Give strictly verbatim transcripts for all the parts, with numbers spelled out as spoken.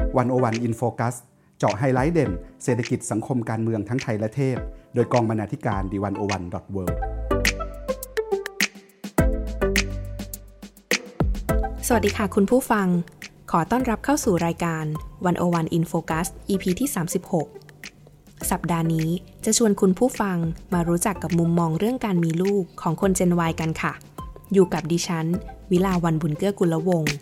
วันโอวัน In Focus เจาะไฮไลท์เด่นเศรษฐกิจสังคมการเมืองทั้งไทยและเทศโดยกองบรรณาธิการ ดี วัน โอ วัน ดอท เวิลด์สวัสดีค่ะคุณผู้ฟังขอต้อนรับเข้าสู่รายการวันโอวัน In Focus อี พี ที่ สามสิบหก สัปดาห์นี้จะชวนคุณผู้ฟังมารู้จักกับมุมมองเรื่องการมีลูกของคน Gen Y กันค่ะอยู่กับดิฉันวิลาวันบุญเกื้อกุลวงศ์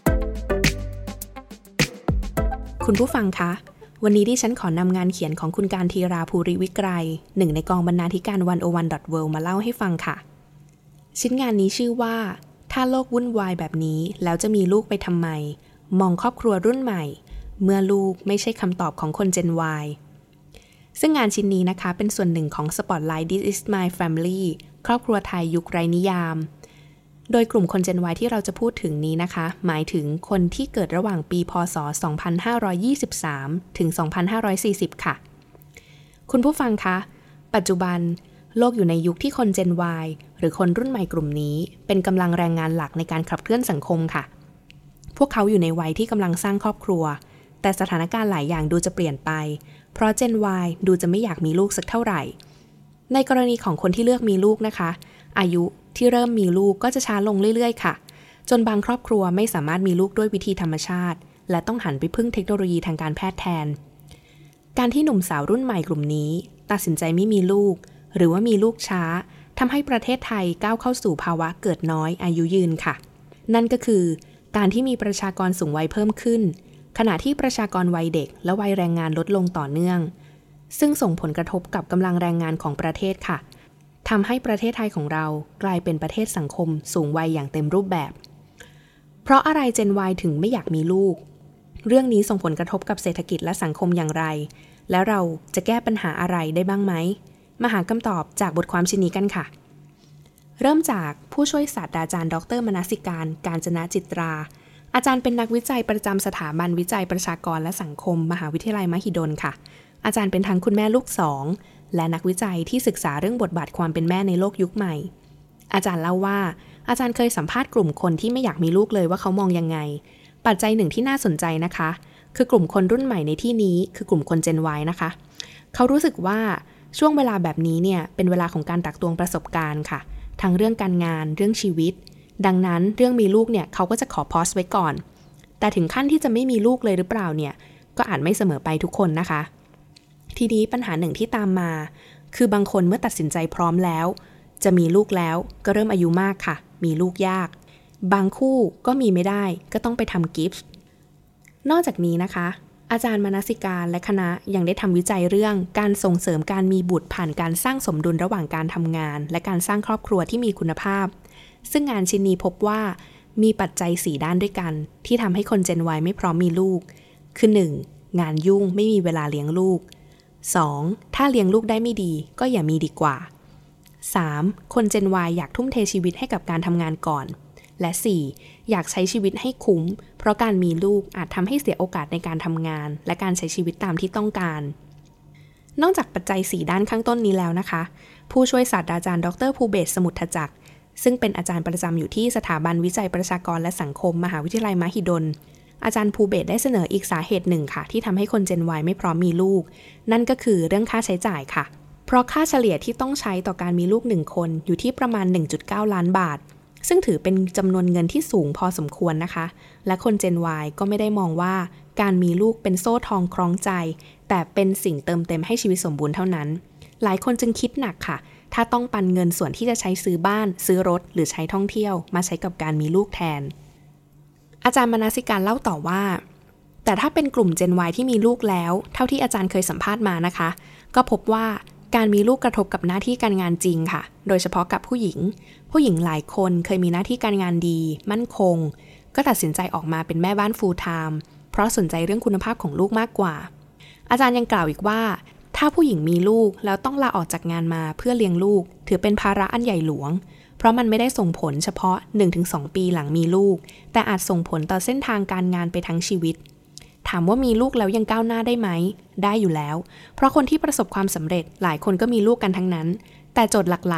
คุณผู้ฟังคะวันนี้ดิฉันขอนำงานเขียนของคุณการทีราภูริวิกรัยหนึ่งในกองบรรณาธิการ วัน โอ วัน ดอท เวิลด์ มาเล่าให้ฟังค่ะชิ้นงานนี้ชื่อว่าถ้าโลกวุ่นวายแบบนี้แล้วจะมีลูกไปทำไมมองครอบครัวรุ่นใหม่เมื่อลูกไม่ใช่คำตอบของคน Gen Y ซึ่งงานชิ้นนี้นะคะเป็นส่วนหนึ่งของ Spotlight This is my family ครอบครัวไทยยุคไร้นิยามโดยกลุ่มคน Gen Y ที่เราจะพูดถึงนี้นะคะหมายถึงคนที่เกิดระหว่างปีพ.ศ. สองพันห้าร้อยยี่สิบสาม ถึง สองพันห้าร้อยสี่สิบ ค่ะคุณผู้ฟังคะปัจจุบันโลกอยู่ในยุคที่คน Gen Y หรือคนรุ่นใหม่กลุ่มนี้เป็นกำลังแรงงานหลักในการขับเคลื่อนสังคมค่ะพวกเขาอยู่ในวัยที่กำลังสร้างครอบครัวแต่สถานการณ์หลายอย่างดูจะเปลี่ยนไปเพราะ Gen Y ดูจะไม่อยากมีลูกสักเท่าไหร่ในกรณีของคนที่เลือกมีลูกนะคะอายุที่เริ่มมีลูกก็จะช้าลงเรื่อยๆค่ะจนบางครอบครัวไม่สามารถมีลูกด้วยวิธีธรรมชาติและต้องหันไปพึ่งเทคโนโลยีทางการแพทย์แทนการที่หนุ่มสาวรุ่นใหม่กลุ่มนี้ตัดสินใจไม่มีลูกหรือว่ามีลูกช้าทำให้ประเทศไทยก้าวเข้าสู่ภาวะเกิดน้อยอายุยืนค่ะนั่นก็คือการที่มีประชากรสูงวัยเพิ่มขึ้นขณะที่ประชากรวัยเด็กและวัยแรงงานลดลงต่อเนื่องซึ่งส่งผลกระทบกับกำลังแรงงานของประเทศค่ะทำให้ประเทศไทยของเรากลายเป็นประเทศสังคมสูงวัยอย่างเต็มรูปแบบเพราะอะไร Gen Y ถึงไม่อยากมีลูกเรื่องนี้ส่งผลกระทบกับเศรษฐกิจและสังคมอย่างไรแล้วเราจะแก้ปัญหาอะไรได้บ้างไหมมาหาคำตอบจากบทความชิ้นนี้กันค่ะเริ่มจากผู้ช่วยศาสตราจารย์ดร.มนสิการ กาญจนจิตราอาจารย์เป็นนักวิจัยประจำสถาบันวิจัยประชากรและสังคมมหาวิทยาลัยมหิดลค่ะอาจารย์เป็นทั้งคุณแม่ลูกสองและนักวิจัยที่ศึกษาเรื่องบทบาทความเป็นแม่ในโลกยุคใหม่อาจารย์เล่าว่าอาจารย์เคยสัมภาษณ์กลุ่มคนที่ไม่อยากมีลูกเลยว่าเขามองยังไงปัจจัยหนึ่งที่น่าสนใจนะคะคือกลุ่มคนรุ่นใหม่ในที่นี้คือกลุ่มคน Gen Y นะคะเขารู้สึกว่าช่วงเวลาแบบนี้เนี่ยเป็นเวลาของการตักตวงประสบการณ์ค่ะทั้งเรื่องการงานเรื่องชีวิตดังนั้นเรื่องมีลูกเนี่ยเขาก็จะขอพอสไว้ก่อนแต่ถึงขั้นที่จะไม่มีลูกเลยหรือเปล่าเนี่ยก็อาจไม่เสมอไปทุกคนนะคะทีนี้ปัญหาหนึ่งที่ตามมาคือบางคนเมื่อตัดสินใจพร้อมแล้วจะมีลูกแล้วก็เริ่มอายุมากค่ะมีลูกยากบางคู่ก็มีไม่ได้ก็ต้องไปทำกิฟต์นอกจากนี้นะคะอาจารย์มนสิการและคณะยังได้ทำวิจัยเรื่องการส่งเสริมการมีบุตรผ่านการสร้างสมดุลระหว่างการทำงานและการสร้างครอบครัวที่มีคุณภาพซึ่งงานชิ้นนี้พบว่ามีปัจจัยสี่ด้านด้วยกันที่ทำให้คน Gen Y ไม่พร้อมมีลูกคือ หนึ่ง งานยุ่งไม่มีเวลาเลี้ยงลูก สอง ถ้าเลี้ยงลูกได้ไม่ดีก็อย่ามีดีกว่า สาม คน Gen Y อยากทุ่มเทชีวิตให้กับการทำงานก่อนและ สี่ อยากใช้ชีวิตให้คุ้มเพราะการมีลูกอาจทำให้เสียโอกาสในการทำงานและการใช้ชีวิตตามที่ต้องการนอกจากปัจจัยสี่ด้านข้างต้นนี้แล้วนะคะผู้ช่วยศาสตราจารย์ดร.ภูเบศร สมุทรจักรซึ่งเป็นอาจารย์ประจำอยู่ที่สถาบันวิจัยประชากรและสังคมมหาวิทยาลัยมหิดลอาจารย์ภูเบศรได้เสนออีกสาเหตุหนึ่งค่ะที่ทำให้คน Gen Y ไม่พร้อมมีลูกนั่นก็คือเรื่องค่าใช้จ่ายค่ะเพราะค่าเฉลี่ยที่ต้องใช้ต่อการมีลูกหนึ่งคนอยู่ที่ประมาณ หนึ่งจุดเก้า ล้านบาทซึ่งถือเป็นจำนวนเงินที่สูงพอสมควรนะคะและคน Gen Y ก็ไม่ได้มองว่าการมีลูกเป็นโซ่ทองคล้องใจแต่เป็นสิ่งเติมเต็มให้ชีวิตสมบูรณ์เท่านั้นหลายคนจึงคิดหนักค่ะถ้าต้องปันเงินส่วนที่จะใช้ซื้อบ้านซื้อรถหรือใช้ท่องเที่ยวมาใช้กับการมีลูกแทนอาจารย์มนสิการเล่าต่อว่าแต่ถ้าเป็นกลุ่ม Gen Y ที่มีลูกแล้วเท่าที่อาจารย์เคยสัมภาษณ์มานะคะก็พบว่าการมีลูกกระทบกับหน้าที่การงานจริงค่ะโดยเฉพาะกับผู้หญิงผู้หญิงหลายคนเคยมีหน้าที่การงานดีมั่นคงก็ตัดสินใจออกมาเป็นแม่บ้าน full time เพราะสนใจเรื่องคุณภาพของลูกมากกว่าอาจารย์ยังกล่าวอีกว่าถ้าผู้หญิงมีลูกแล้วต้องลาออกจากงานมาเพื่อเลี้ยงลูกถือเป็นภาระอันใหญ่หลวงเพราะมันไม่ได้ส่งผลเฉพาะ หนึ่งถึงสอง ปีหลังมีลูกแต่อาจส่งผลต่อเส้นทางการงานไปทั้งชีวิตถามว่ามีลูกแล้วยังก้าวหน้าได้ไหมได้อยู่แล้วเพราะคนที่ประสบความสำเร็จหลายคนก็มีลูกกันทั้งนั้นแต่โจทย์หลักๆ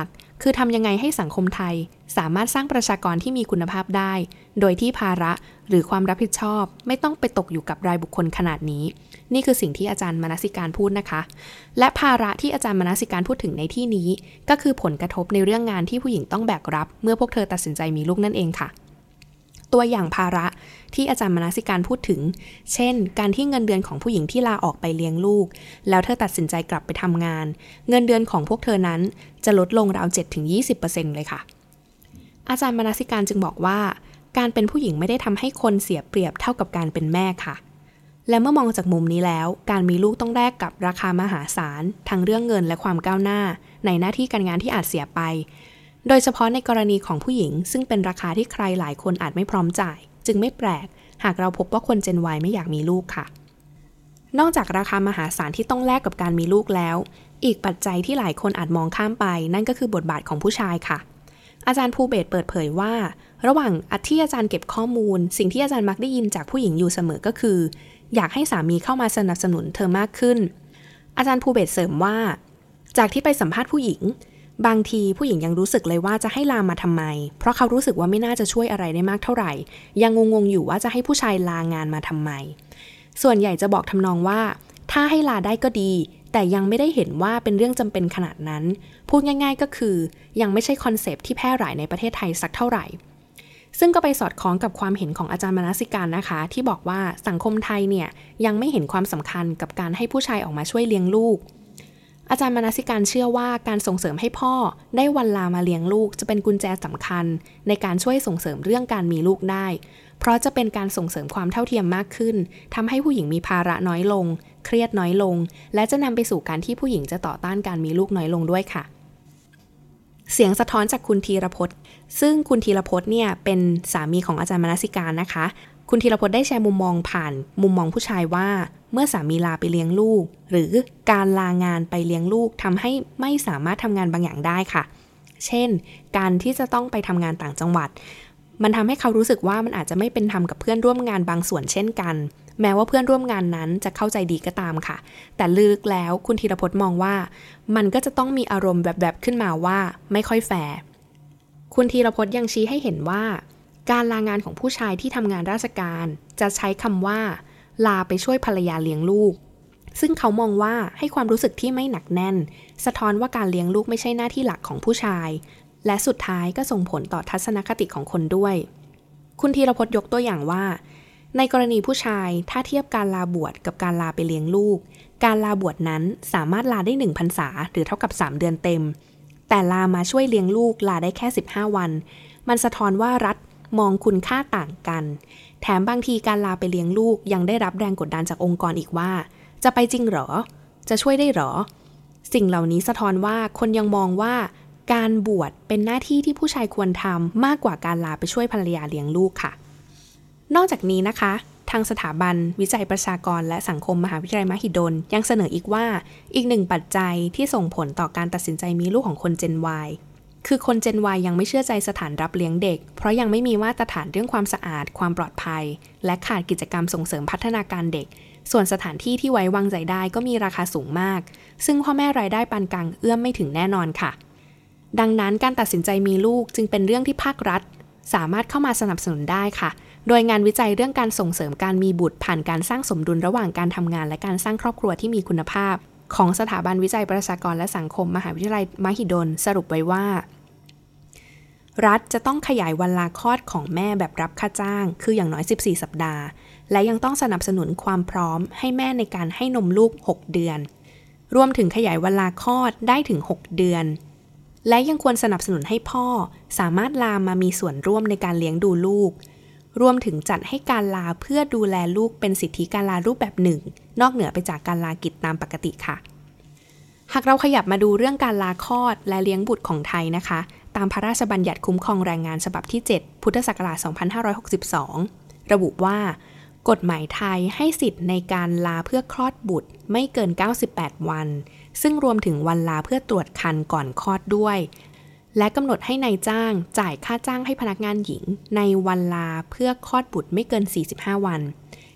คือทำยังไงให้สังคมไทยสามารถสร้างประชากรที่มีคุณภาพได้โดยที่ภาระหรือความรับผิดชอบไม่ต้องไปตกอยู่กับรายบุคคลขนาดนี้นี่คือสิ่งที่อาจารย์มนสิการพูดนะคะและภาระที่อาจารย์มนสิการพูดถึงในที่นี้ก็คือผลกระทบในเรื่องงานที่ผู้หญิงต้องแบกรับเมื่อพวกเธอตัดสินใจมีลูกนั่นเองค่ะตัวอย่างภาระที่อาจารย์มนสิการพูดถึงเช่นการที่เงินเดือนของผู้หญิงที่ลาออกไปเลี้ยงลูกแล้วเธอตัดสินใจกลับไปทำงานเงินเดือนของพวกเธอนั้นจะลดลงราว เจ็ดถึงยี่สิบเปอร์เซ็นต์ เลยค่ะอาจารย์มนสิการจึงบอกว่าการเป็นผู้หญิงไม่ได้ทำให้คนเสียเปรียบเท่ากับการเป็นแม่ค่ะและเมื่อมองจากมุมนี้แล้วการมีลูกต้องแลกกับราคามหาศาลทั้งเรื่องเงินและความก้าวหน้าในหน้าที่การงานที่อาจเสียไปโดยเฉพาะในกรณีของผู้หญิงซึ่งเป็นราคาที่ใครหลายคนอาจไม่พร้อมจ่ายจึงไม่แปลกหากเราพบว่าคน Gen Y ไม่อยากมีลูกค่ะนอกจากราคามหาศาลที่ต้องแลกกับการมีลูกแล้วอีกปัจจัยที่หลายคนอาจมองข้ามไปนั่นก็คือบทบาทของผู้ชายค่ะอาจารย์ภูเบศรเปิดเผยว่าระหว่างที่อาจารย์เก็บข้อมูลสิ่งที่อาจารย์มักได้ยินจากผู้หญิงอยู่เสมอก็คืออยากให้สามีเข้ามาสนับสนุนเธอมากขึ้นอาจารย์ภูเบศรเสริมว่าจากที่ไปสัมภาษณ์ผู้หญิงบางทีผู้หญิงยังรู้สึกเลยว่าจะให้ลามาทำไมเพราะเขารู้สึกว่าไม่น่าจะช่วยอะไรได้มากเท่าไหร่ยังงงๆอยู่ว่าจะให้ผู้ชายลางานมาทำไมส่วนใหญ่จะบอกทำนองว่าถ้าให้ลาได้ก็ดีแต่ยังไม่ได้เห็นว่าเป็นเรื่องจำเป็นขนาดนั้นพูดง่ายๆก็คือยังไม่ใช่คอนเซปต์ที่แพร่หลายในประเทศไทยสักเท่าไหร่ซึ่งก็ไปสอดคล้องกับความเห็นของอาจารย์มนสิการนะคะที่บอกว่าสังคมไทยเนี่ยยังไม่เห็นความสำคัญกับการให้ผู้ชายออกมาช่วยเลี้ยงลูกอาจารย์มนสิการเชื่อว่าการส่งเสริมให้พ่อได้วันลามาเลี้ยงลูกจะเป็นกุญแจสำคัญในการช่วยส่งเสริมเรื่องการมีลูกได้เพราะจะเป็นการส่งเสริมความเท่าเทียมมากขึ้นทำให้ผู้หญิงมีภาระน้อยลงเครียดน้อยลงและจะนำไปสู่การที่ผู้หญิงจะต่อต้านการมีลูกน้อยลงด้วยค่ะเสียงสะท้อนจากคุณธีรพจน์ซึ่งคุณธีรพจน์เนี่ยเป็นสามีของอาจารย์มนสิการนะคะคุณธีรพจน์ได้แชร์มุมมองผ่านมุมมองผู้ชายว่าเมื่อสามีลาไปเลี้ยงลูกหรือการลางานไปเลี้ยงลูกทำให้ไม่สามารถทำงานบางอย่างได้ค่ะเช่นการที่จะต้องไปทำงานต่างจังหวัดมันทำให้เขารู้สึกว่ามันอาจจะไม่เป็นธรรมกับเพื่อนร่วมงานบางส่วนเช่นกันแม้ว่าเพื่อนร่วมงานนั้นจะเข้าใจดีก็ตามค่ะแต่ลึกแล้วคุณธีรพจน์มองว่ามันก็จะต้องมีอารมณ์แบบๆขึ้นมาว่าไม่ค่อยแฟร์คุณธีรพจน์ยังชี้ให้เห็นว่าการลางานของผู้ชายที่ทำงานราชการจะใช้คำว่าลาไปช่วยภรรยาเลี้ยงลูกซึ่งเขามองว่าให้ความรู้สึกที่ไม่หนักแน่นสะท้อนว่าการเลี้ยงลูกไม่ใช่หน้าที่หลักของผู้ชายและสุดท้ายก็ส่งผลต่อทัศนคติของคนด้วยคุณธีรพจน์ยกตัวอย่างว่าในกรณีผู้ชายถ้าเทียบการลาบวชกับการลาไปเลี้ยงลูกการลาบวชนั้นสามารถลาได้หนึ่งพรรษาหรือเท่ากับสามเดือนเต็มแต่ลามาช่วยเลี้ยงลูกลาได้แค่สิบห้าวันมันสะท้อนว่ารัฐมองคุณค่าต่างกันแถมบางทีการลาไปเลี้ยงลูกยังได้รับแรงกดดันจากองค์กรอีกว่าจะไปจริงเหรอจะช่วยได้เหรอสิ่งเหล่านี้สะท้อนว่าคนยังมองว่าการบวชเป็นหน้าที่ที่ผู้ชายควรทำมากกว่าการลาไปช่วยภรรยาเลี้ยงลูกค่ะนอกจากนี้นะคะทางสถาบันวิจัยประชากรและสังคมมหาวิทยาลัยมหิดลยังเสนออีกว่าอีกหนึ่งปัจจัยที่ส่งผลต่อการตัดสินใจมีลูกของคน Gen Y คือคน Gen Y ยังไม่เชื่อใจสถานรับเลี้ยงเด็กเพราะยังไม่มีมาตรฐานเรื่องความสะอาดความปลอดภัยและขาดกิจกรรมส่งเสริมพัฒนาการเด็กส่วนสถานที่ที่ไว้วางใจได้ก็มีราคาสูงมากซึ่งพ่อแม่รายได้ปานกลางเอื้อมไม่ถึงแน่นอนค่ะดังนั้นการตัดสินใจมีลูกจึงเป็นเรื่องที่ภาครัฐสามารถเข้ามาสนับสนุนได้ค่ะโดยงานวิจัยเรื่องการส่งเสริมการมีบุตรผ่านการสร้างสมดุลระหว่างการทำงานและการสร้างครอบครัวที่มีคุณภาพของสถาบันวิจัยประชากรและสังคมมหาวิทยาลัยมหิดลสรุปไว้ว่ารัฐจะต้องขยายวันลาคลอดของแม่แบบรับค่าจ้างคืออย่างน้อยสิบสี่สัปดาห์และยังต้องสนับสนุนความพร้อมให้แม่ในการให้นมลูกหกเดือนรวมถึงขยายวันลาคลอดได้ถึงหกเดือนและยังควรสนับสนุนให้พ่อสามารถลามามีส่วนร่วมในการเลี้ยงดูลูกรวมถึงจัดให้การลาเพื่อดูแลลูกเป็นสิทธิการลารูปแบบหนึ่งนอกเหนือไปจากการลากิจตามปกติค่ะหากเราขยับมาดูเรื่องการลาคลอดและเลี้ยงบุตรของไทยนะคะตามพระราชบัญญัติคุ้มครองแรงงานฉบับที่เจ็ดพุทธศักราชสองพันห้าร้อยหกสิบสองระบุว่ากฎหมายไทยให้สิทธิ์ในการลาเพื่อคลอดบุตรไม่เกินเก้าสิบแปดวันซึ่งรวมถึงวันลาเพื่อตรวจครรภ์ก่อนคลอดด้วยและกำหนดให้นายจ้างจ่ายค่าจ้างให้พนักงานหญิงในวันลาเพื่อคลอดบุตรไม่เกินสี่สิบห้าวัน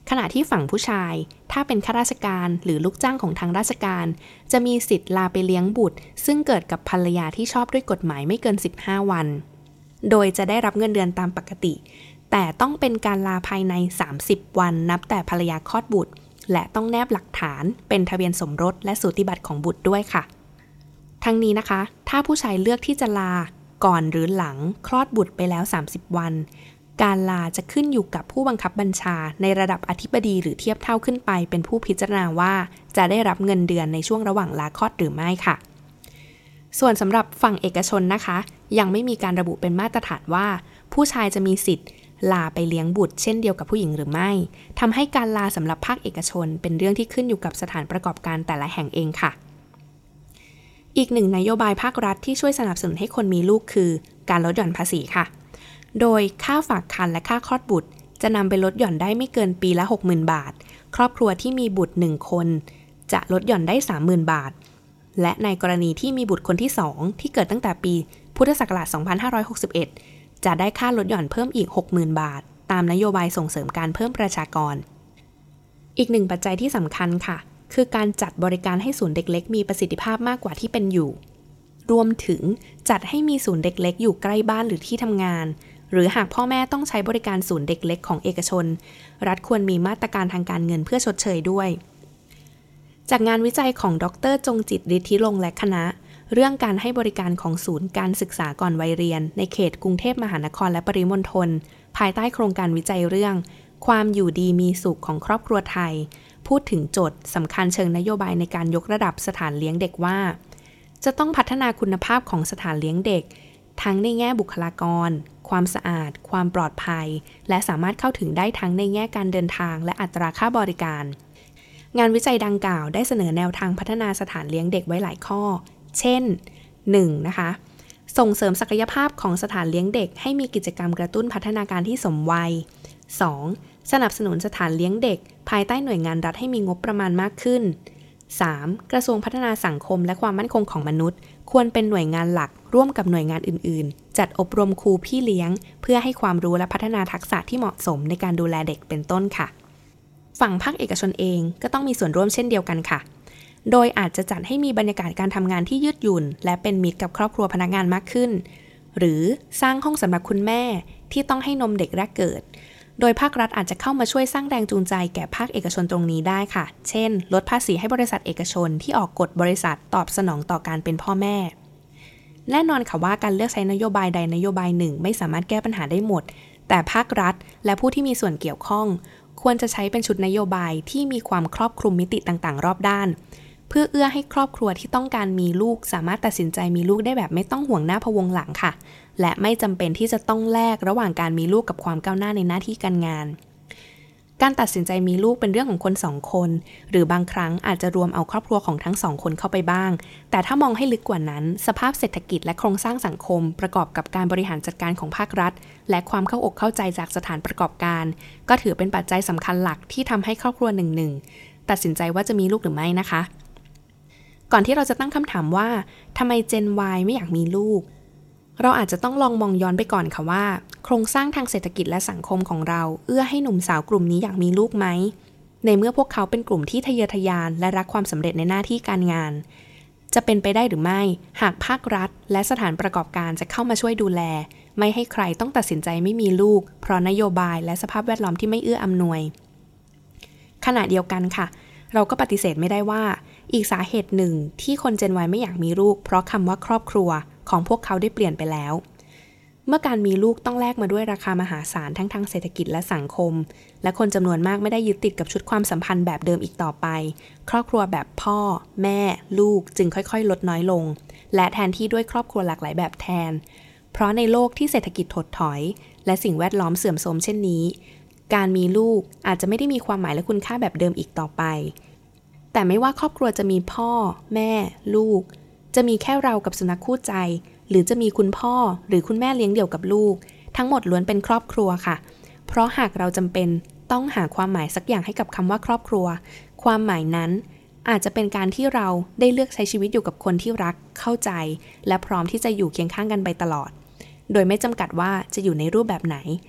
ขณะที่ฝั่งผู้ชายถ้าเป็นข้าราชการหรือลูกจ้างของทางราชการจะมีสิทธิ์ลาไปเลี้ยงบุตรซึ่งเกิดกับภรรยาที่ชอบด้วยกฎหมายไม่เกินสิบห้าวันโดยจะได้รับเงินเดือนตามปกติแต่ต้องเป็นการลาภายในสามสิบวันนับแต่ภรรยาคลอดบุตรและต้องแนบหลักฐานเป็นทะเบียนสมรสและสูติบัตรของบุตรด้วยค่ะทั้งนี้นะคะถ้าผู้ชายเลือกที่จะลาก่อนหรือหลังคลอดบุตรไปแล้วสามสิบวันการลาจะขึ้นอยู่กับผู้บังคับบัญชาในระดับอธิบดีหรือเทียบเท่าขึ้นไปเป็นผู้พิจารณาว่าจะได้รับเงินเดือนในช่วงระหว่างลาคลอดหรือไม่ค่ะส่วนสำหรับฝั่งเอกชนนะคะยังไม่มีการระบุเป็นมาตรฐานว่าผู้ชายจะมีสิทธิ์ลาไปเลี้ยงบุตรเช่นเดียวกับผู้หญิงหรือไม่ทำให้การลาสำหรับภาคเอกชนเป็นเรื่องที่ขึ้นอยู่กับสถานประกอบการแต่ละแห่งเองค่ะอีกหนึ่งนโยบายภาครัฐที่ช่วยสนับสนุนให้คนมีลูกคือการลดหย่อนภาษีค่ะโดยค่าฝากครรภ์และค่าคลอดบุตรจะนำไปลดหย่อนได้ไม่เกินปีละ หกหมื่น บาทครอบครัวที่มีบุตรหนึ่งคนจะลดหย่อนได้ สามหมื่น บาทและในกรณีที่มีบุตรคนที่สองที่เกิดตั้งแต่ปีพุทธศักราชสองพันห้าร้อยหกสิบเอ็ดจะได้ค่าลดหย่อนเพิ่มอีก หกหมื่น บาทตามนโยบายส่งเสริมการเพิ่มประชากรอีกหนึ่งปัจจัยที่สำคัญค่ะคือการจัดบริการให้ศูนย์เด็กเล็กมีประสิทธิภาพมากกว่าที่เป็นอยู่รวมถึงจัดให้มีศูนย์เด็กเล็กอยู่ใกล้บ้านหรือที่ทำงานหรือหากพ่อแม่ต้องใช้บริการศูนย์เด็กเล็กของเอกชนรัฐควรมีมาตรการทางการเงินเพื่อชดเชยด้วยจากงานวิจัยของดร.จงจิตฤทธิรงค์และคณะเรื่องการให้บริการของศูนย์การศึกษาก่อนวัยเรียนในเขตกรุงเทพมหานครและปริมณฑลภายใต้โครงการวิจัยเรื่องความอยู่ดีมีสุขของครอบครัวไทยพูดถึงโจทย์สำคัญเชิงนโยบายในการยกระดับสถานเลี้ยงเด็กว่าจะต้องพัฒนาคุณภาพของสถานเลี้ยงเด็กทั้งในแง่บุคลากรความสะอาดความปลอดภัยและสามารถเข้าถึงได้ทั้งในแง่การเดินทางและอัตราค่าบริการงานวิจัยดังกล่าวได้เสนอแนวทางพัฒนาสถานเลี้ยงเด็กไว้หลายข้อเช่น หนึ่ง นะคะส่งเสริมศักยภาพของสถานเลี้ยงเด็กให้มีกิจกรรมกระตุ้นพัฒนาการที่สมวัย สอง สนับสนุนสถานเลี้ยงเด็กภายใต้หน่วยงานรัฐให้มีงบประมาณมากขึ้น สาม กระทรวงพัฒนาสังคมและความมั่นคงของมนุษย์ควรเป็นหน่วยงานหลักร่วมกับหน่วยงานอื่นๆจัดอบรมครูพี่เลี้ยงเพื่อให้ความรู้และพัฒนาทักษะที่เหมาะสมในการดูแลเด็กเป็นต้นค่ะฝั่งภาคเอกชนเองก็ต้องมีส่วนร่วมเช่นเดียวกันค่ะโดยอาจจะจัดให้มีบรรยากาศการทำงานที่ยืดหยุ่นและเป็นมิตรกับครอบครัวพนักงานมากขึ้นหรือสร้างห้องสำหรับคุณแม่ที่ต้องให้นมเด็กแรกเกิดโดยภาครัฐอาจจะเข้ามาช่วยสร้างแรงจูงใจแก่ภาคเอกชนตรงนี้ได้ค่ะเช่นลดภาษีให้บริษัทเอกชนที่ออกกฎบริษัทตอบสนองต่อการเป็นพ่อแม่แน่นอนค่ะว่าการเลือกใช้นโยบายใดนโยบายหนึ่งไม่สามารถแก้ปัญหาได้หมดแต่ภาครัฐและผู้ที่มีส่วนเกี่ยวข้องควรจะใช้เป็นชุดนโยบายที่มีความครอบคลุมมิติต่างๆรอบด้านเพื่อเอื้อให้ครอบครัวที่ต้องการมีลูกสามารถตัดสินใจมีลูกได้แบบไม่ต้องห่วงหน้าพะวงหลังค่ะและไม่จำเป็นที่จะต้องแลกระหว่างการมีลูกกับความก้าวหน้าในหน้าที่การงานการตัดสินใจมีลูกเป็นเรื่องของคนสองคนหรือบางครั้งอาจจะรวมเอาครอบครัวของทั้งสองคนเข้าไปบ้างแต่ถ้ามองให้ลึกกว่านั้นสภาพเศรษฐกิจและโครงสร้างสังคมประกอบกับการบริหารจัดการของภาครัฐและความเข้าอกเข้าใจจากสถานประกอบการก็ถือเป็นปัจจัยสำคัญหลักที่ทำให้ครอบครัวหนึ่งๆตัดสินใจว่าจะมีลูกหรือไม่นะคะก่อนที่เราจะตั้งคำถามว่าทำไม Gen Y ไม่อยากมีลูกเราอาจจะต้องลองมองย้อนไปก่อนค่ะว่าโครงสร้างทางเศรษฐกิจและสังคมของเราเอื้อให้หนุ่มสาวกลุ่มนี้อยากมีลูกไหมในเมื่อพวกเขาเป็นกลุ่มที่ทะเยอทะยานและรักความสำเร็จในหน้าที่การงานจะเป็นไปได้หรือไม่หากภาครัฐและสถานประกอบการจะเข้ามาช่วยดูแลไม่ให้ใครต้องตัดสินใจไม่มีลูกเพราะนโยบายและสภาพแวดล้อมที่ไม่เอื้ออำนวยขณะเดียวกันค่ะเราก็ปฏิเสธไม่ได้ว่าอีกสาเหตุหนึ่งที่คน Gen Y ไม่อยากมีลูกเพราะคำว่าครอบครัวของพวกเขาได้เปลี่ยนไปแล้วเมื่อการมีลูกต้องแลกมาด้วยราคามหาศาลทั้งทางเศรษฐกิจและสังคมและคนจำนวนมากไม่ได้ยึดติดกับชุดความสัมพันธ์แบบเดิมอีกต่อไปครอบครัวแบบพ่อแม่ลูกจึงค่อยๆลดน้อยลงและแทนที่ด้วยครอบครัวหลากหลายแบบแทนเพราะในโลกที่เศรษฐกิจถดถอยและสิ่งแวดล้อมเสื่อมโทรมเช่นนี้การมีลูกอาจจะไม่ได้มีความหมายและคุณค่าแบบเดิมอีกต่อไปแต่ไม่ว่าครอบครัวจะมีพ่อแม่ลูกจะมีแค่เรากับสุนัขคู่ใจหรือจะมีคุณพ่อหรือคุณแม่เลี้ยงเดี่ยวกับลูกทั้งหมดล้วนเป็นครอบครัวค่ะเพราะหากเราจำเป็นต้องหาความหมายสักอย่างให้กับคำว่าครอบครัวความหมายนั้นอาจจะเป็นการที่เราได้เลือกใช้ชีวิตอยู่กับคนที่รักเข้าใจและพร้อมที่จะอยู่เคียงข้างกันไปตลอดโดยไม่จำกัดว่าจะอยู่ในรูปแบบไหน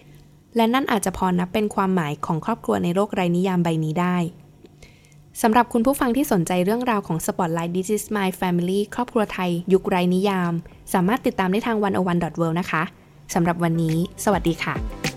และนั่นอาจจะพอนับเป็นความหมายของครอบครัวในโลกไร้นิยามใบนี้ได้สำหรับคุณผู้ฟังที่สนใจเรื่องราวของ Spotlight This is My Family ครอบครัวไทยยุคไร้นิยามสามารถติดตามได้ทางหนึ่งศูนย์หนึ่ง ดอท เวิลด์ นะคะสำหรับวันนี้สวัสดีค่ะ